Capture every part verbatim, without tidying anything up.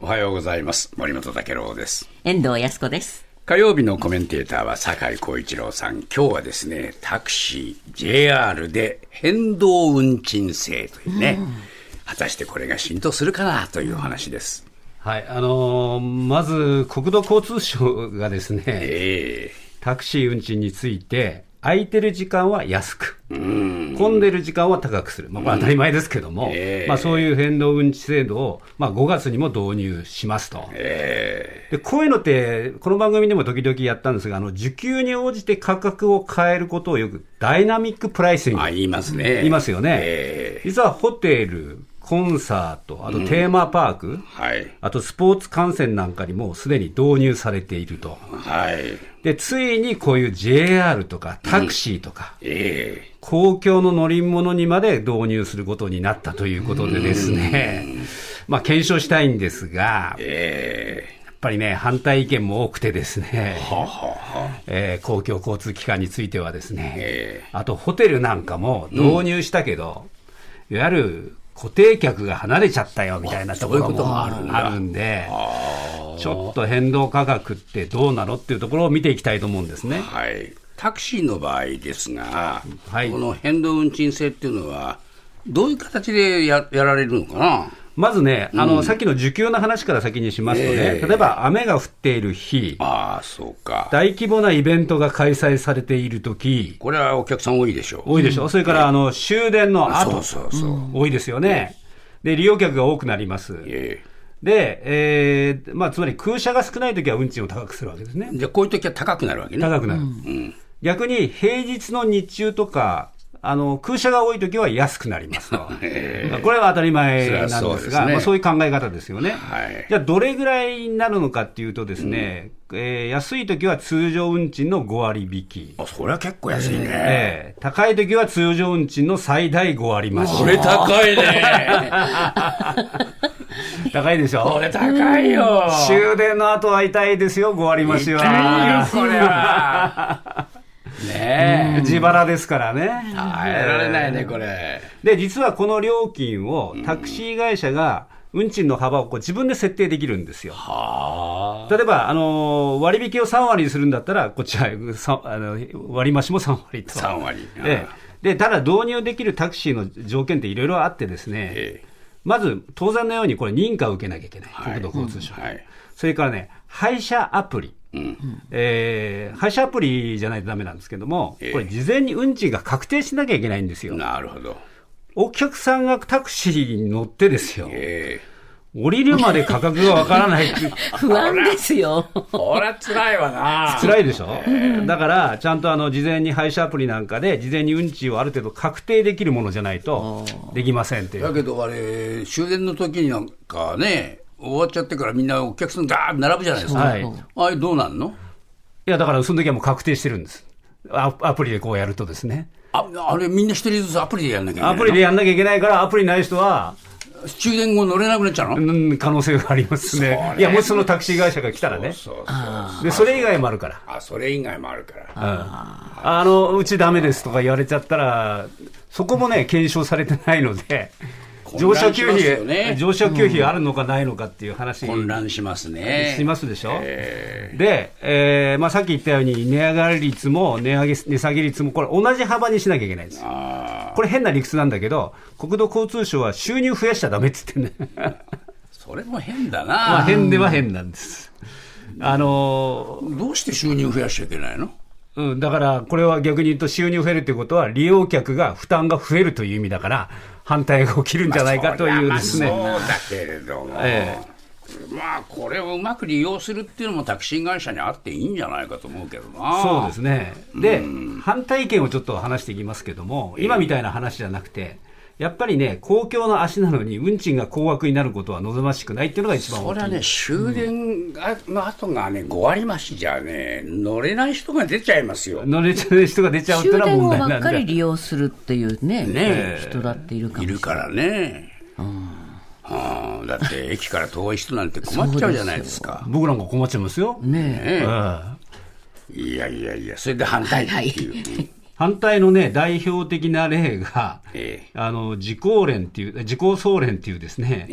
はようございます。森本武郎です。 遠藤康子です。 火曜日のコメンテーターは酒井光一郎さん。今日はですね、タクシー ジェイアール で変動運賃制というね、うん、果たしてこれが浸透するかなというお話です。 はい、あのー、まず国土交通省がですね、 えー、 タクシー運賃について空いてる時間は安く、うん混んでる時間は高くする、まあ、これ当たり前ですけども、うんえーまあ、そういう変動運賃制度を、まあ、ごがつにも導入しますと、 えー、 でこういうのってこの番組でも時々やったんですが、あの需給に応じて価格を変えることをよくダイナミックプライシング、 あ言いますね、 言いますよね、 えー、 実はホテル、コンサート、あとテーマパーク、うんはい、 あとスポーツ観戦なんかにもすでに導入されていると、 はい、 でついにこういう ジェイアール とかタクシーとか、 うんえー、 公共の乗り物にまで導入することになったということでですね、まあ検証したいんですが、 えーやっぱりね、反対意見も多くてですね、 はははえー、公共交通機関についてはですね、 えー、 あとホテルなんかも導入したけど、うん、いわゆる固定客が離れちゃったよみたいなところもあるんで、ちょっと変動価格ってどうなのっていうところを見ていきたいと思うんですね。 はい、タクシーの場合ですが、 はい、 この変動運賃制っていうのはどういう形で や, やられるのかな。 まずね、あの、うん、さっきの需給の話から先にしますとね、えー、例えば雨が降っている日、 ああ、そうか、 大規模なイベントが開催されているとき、 これはお客さん多いでしょう。 多いでしょう、うん、それからあの終電の後、 そうそうそう、うん、 多いですよね、で利用客が多くなります、 えー、で、えーまあ、つまり空車が少ないときは運賃を高くするわけですね。 じゃあこういうときは高くなるわけね。 高くなる、うん、逆に平日の日中とかあの空車が多いときは安くなりますとこれは当たり前なんですが、 そうですね、まあ、そういう考え方ですよね、 はい、 じゃあどれぐらいになるのかっていうとですね、うんえー、安いときは通常運賃のごわり引き、 あそれは結構安いね、 えー、高いときは通常運賃の最大ごわり増し。 これ高いね高いでしょ。 これ高いよ。 終電の後は痛いですよ、ごわり増しは。 痛いよこれはねえ、 自腹ですからね。 耐えられないねこれ。 で実はこの料金をタクシー会社が運賃の幅をこう自分で設定できるんですよ。 は例えば、あのー、割引をさんわりにするんだったらこっちはあの割増しもさんわりとさんわり、 ええ、でただ導入できるタクシーの条件っていろいろあってですね、ええ、まず当然のようにこれ認可を受けなきゃいけない、はい、国土交通省、うんはい、それからね配車アプリ、うんえー、配車アプリじゃないとダメなんですけども、えー、これ事前に運賃が確定しなきゃいけないんですよ。 なるほど。 お客さんがタクシーに乗ってですよ、 えー、降りるまで価格がわからない不安ですよ。 これ辛いわな。 辛いでしょ、えー、だからちゃんとあの事前に配車アプリなんかで事前に運賃をある程度確定できるものじゃないとできませんっていう。 だけどあれ終電の時になんかね終わっちゃってからみんなお客さんガーッ並ぶじゃないですか、はい、あれどうなんの。 いやだからその時はもう確定してるんです。 ア, アプリでこうやるとですね、 あ, あれみんな一人ずつアプリでやんなきゃいけないの。 アプリでやんなきゃいけないからアプリない人は終電後乗れなくなっちゃうの、 うん、可能性がありますね。いやもしそのタクシー会社が来たらね、 そうそうそうでそれ以外もあるから。 あそれ以外もあるから、うん、 あ, あのうちダメですとか言われちゃったらそこもね検証されてないので乗車給費、ね、乗車給費あるのかないのかっていう話、 混乱しますね。 しますでしょ、えー、で、えーまあ、さっき言ったように値上がり率も値上げ値下げ率もこれ同じ幅にしなきゃいけないんですよ。これ変な理屈なんだけど国土交通省は収入増やしちゃダメって言ってねそれも変だな、 まあ、変では変なんです。あのー、どうして収入増やしちゃいけないの。 うん、だからこれは逆に言うと収入増えるということは利用客が負担が増えるという意味だから反対が起きるんじゃないかというですね、 まあ、そうだけれども、ええ、まあこれをうまく利用するっていうのもタクシー会社にあっていいんじゃないかと思うけどな。 そうですね。で、うん、反対意見をちょっと話していきますけども、今みたいな話じゃなくてやっぱりね公共の足なのに運賃が高額になることは望ましくないっていうのが一番大きい。 それはね終電の後がねごわり増しじゃね乗れない人が出ちゃいますよ。 乗れない人が出ちゃうっていうのは問題なんで、 終電をばっかり利用するっていうね、ね人だっているかもしれない。 いるからね、うんはあ、だって駅から遠い人なんて困っちゃうじゃないですか。 僕なんか困っちゃいますよ、 ねえ、 うん、いやいやいやそれで反対っていう、はいはい、 反対のね代表的な例が、 ええ、 あの自公連っていう自公総連っていうですね、ええ、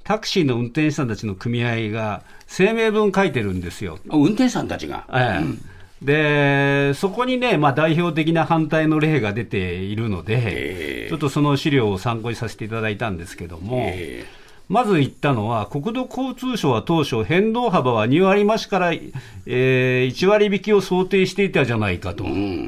タクシーの運転手さんたちの組合が声明文書いてるんですよ。 運転手さんたちが。 ええ、うん、でそこにね、まあ、代表的な反対の例が出ているので、えー、ちょっとその資料を参考にさせていただいたんですけども、えーまず言ったのは、国土交通省は当初、変動幅はに割増しから、えー、いち割引きを想定していたじゃないかと、うん、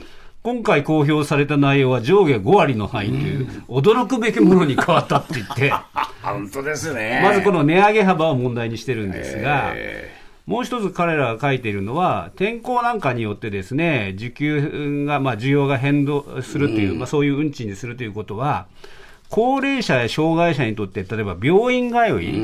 今回公表された内容は上下ご割の範囲という、うん、驚くべきものに変わったって言って、 本当ですね。 まずこの値上げ幅を問題にしてるんですが、えー、もう一つ彼らが書いているのは、天候なんかによってですね、需給が、まあ、需要が変動するという、うんまあ、そういう運賃にするということは、高齢者や障害者にとって、例えば病院通い、うん、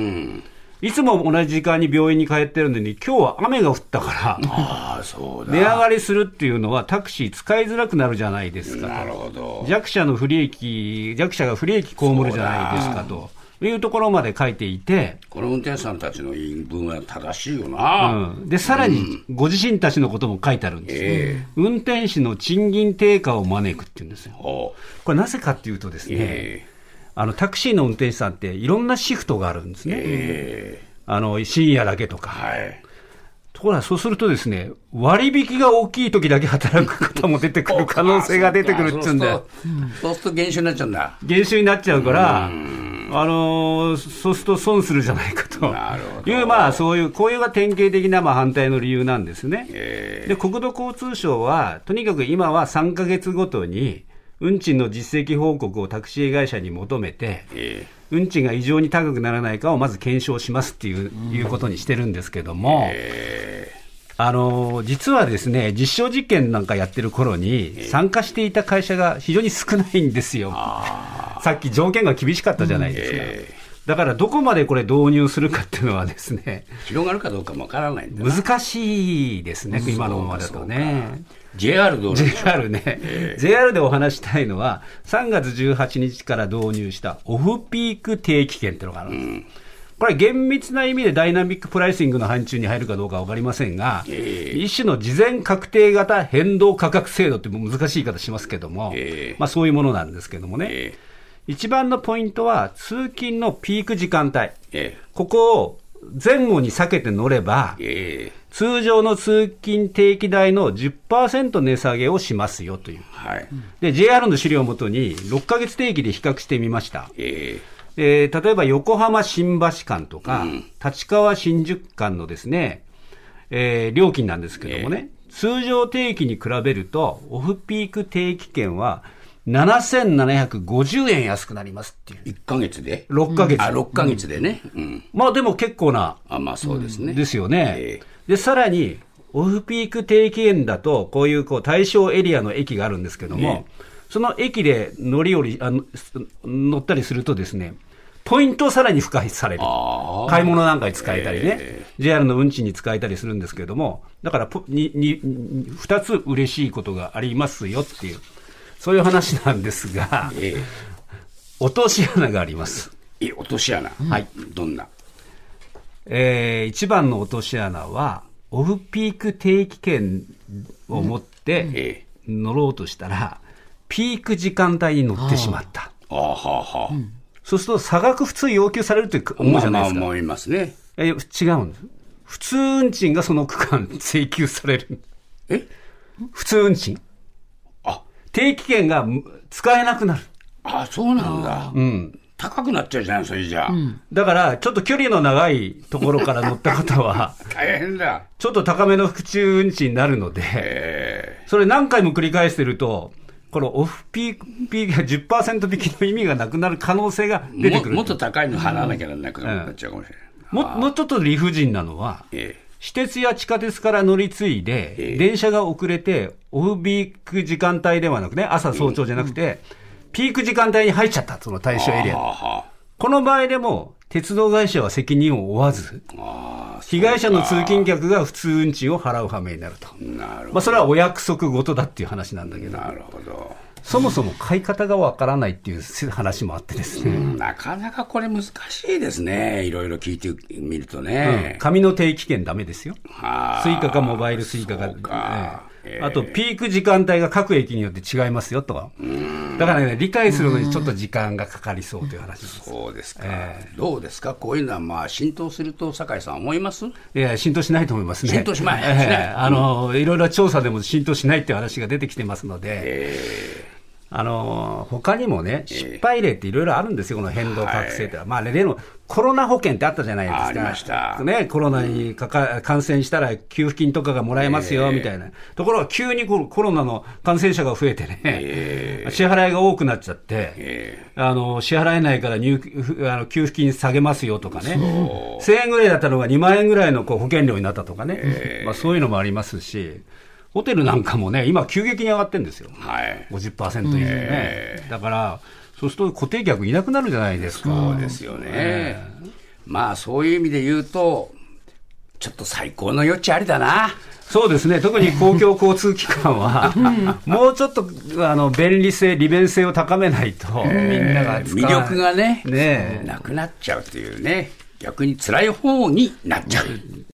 いつも同じ時間に病院に通ってるのに、今日は雨が降ったから、あそうだ値上がりするっていうのは、タクシー使いづらくなるじゃないですかと。なるほど。弱者の不利益、弱者が不利益被るじゃないですかと。いうところまで書いていて、 この運転手さんたちの言い分は正しいよな、 うん、でさらにご自身たちのことも書いてあるんです、えー、運転手の賃金低下を招くっていうんですよ。これなぜかっていうとですね、えーあのタクシーの運転手さんっていろんなシフトがあるんですね、えー、あの深夜だけとか、はい、ところがそうするとですね、割引が大きい時だけ働く方も出てくる可能性が出てくるっていうんで、 そうすると減収になっちゃうんだ。 減収になっちゃうから、あのそうすると損するじゃないかという、まあ、そういうこういうが典型的なまあ反対の理由なんですね、えー、で国土交通省はとにかく今はさんかげつごとに運賃の実績報告をタクシー会社に求めて、えー、運賃が異常に高くならないかをまず検証しますっていう、うん、いうことにしてるんですけども、えー、あの実はですね、実証実験なんかやってる頃に参加していた会社が非常に少ないんですよ。さっき条件が厳しかったじゃないですか、えー、だからどこまでこれ導入するかっていうのはですね、 広がるかどうかもわからないんだな。 難しいですね、今のままだとね。 ジェイアール どうですか？ ジェイアール ね、えー、ジェイアール でお話したいのはさんがつじゅうはちにちから導入したオフピーク定期券っていうのがあるんです、うん、これ厳密な意味でダイナミックプライシングの範疇に入るかどうかは分かりませんが、えー、一種の事前確定型変動価格制度って難しい言い方しますけども、えーまあ、そういうものなんですけどもね、えー、一番のポイントは通勤のピーク時間帯、えー、ここを前後に避けて乗れば、えー通常の通勤定期代の じゅっパーセント 値下げをしますよという、はい、で ジェイアール の資料をもとにろっかげつ定期で比較してみました、えーえー、例えば横浜新橋間とか、うん、立川新宿間のですね、えー、料金なんですけどもね、えー、通常定期に比べるとオフピーク定期券はななせんななひゃくごじゅうえん安くなりますっていう。 いっかげつでろっかげつ、 うん、あろっかげつでね、うん、 まあでも結構なあ、まあそうですね、 うん、ですよね、えーでさらにオフピーク定期券だとこういう、こう対象エリアの駅があるんですけども、ね、その駅で乗り降りあの乗ったりするとですね、ポイントをさらに付加される。買い物なんかに使えたりね、えー、ジェイアール の運賃に使えたりするんですけれども、だからににふたつ嬉しいことがありますよっていう、そういう話なんですが、えー、落とし穴があります。 え落とし穴、はい、どんな？ えー、一番の落とし穴はオフピーク定期券を持って乗ろうとしたら、うん、ピーク時間帯に乗ってしまった。あはは、うん、そうすると差額普通要求されるって思うじゃないですか。 まあまあ思いますね。 え違うんです。普通運賃がその区間請求される。 え普通運賃、あ定期券が使えなくなる。 あそうなんだ。うん高くなっちゃうじゃん、それじゃあ、うん、 だからちょっと距離の長いところから乗った方は大変だ。 ちょっと高めの普通運賃になるので、それ何回も繰り返してるとこのオフピークピークが じゅっパーセント 引きの意味がなくなる可能性が出てくる。 も, もっと高いの払わなきゃなくなっちゃうかもしれない、 うん、も, もうちょっと理不尽なのは、ええ、私鉄や地下鉄から乗り継いで、ええ、電車が遅れてオフピーク時間帯ではなくね、朝早朝じゃなくて、うんピーク時間帯に入っちゃった、その対象エリア。この場合でも鉄道会社は責任を負わず、被害者の通勤客が普通運賃を払う羽目になると。なるほど。まあそれはお約束事だっていう話なんだけど。 なるほど。 そもそも買い方がわからないっていう話もあってですね、うん、 なかなかこれ難しいですね。いろいろ聞いてみるとね、 うん、紙の定期券ダメですよ。スイカかモバイルスイカか、 そうか、えあとピーク時間帯が各駅によって違いますよとか、だからね、理解するのにちょっと時間がかかりそうという話なんです。 そうですか、えー、どうですか、こういうのはまあ浸透すると、酒井さん、思います？いや、浸透しないと思いますね。 浸透しない、 えー、あのいろいろ調査でも浸透しないっていう話が出てきてますので。 えーあの他にもね、失敗例っていろいろあるんですよ、この変動覚醒って、はい、まあ、例のコロナ保険ってあったじゃないですか、 ありました、 ね、コロナにかか感染したら給付金とかがもらえますよみたいな、えー、ところが急にコロナの感染者が増えてね、えー、支払いが多くなっちゃって、えー、あの支払えないから入あの給付金下げますよとかね、せんえんぐらいだったのがにまんえんぐらいのこう保険料になったとかね、えーまあ、そういうのもありますし。ホテルなんかもね、今、急激に上がってるんですよ、はい、ごじゅっパーセント以上ね、えー、だから、そうすると固定客いなくなるじゃないですか。 そうですよね、えー、まあ、そういう意味で言うと、ちょっと最高の余地ありだな。 そうですね、特に公共交通機関は、もうちょっとあの便利性、利便性を高めないと、えー、みんなが使魅力がね、 ねなくなっちゃうというね、逆に辛い方になっちゃう。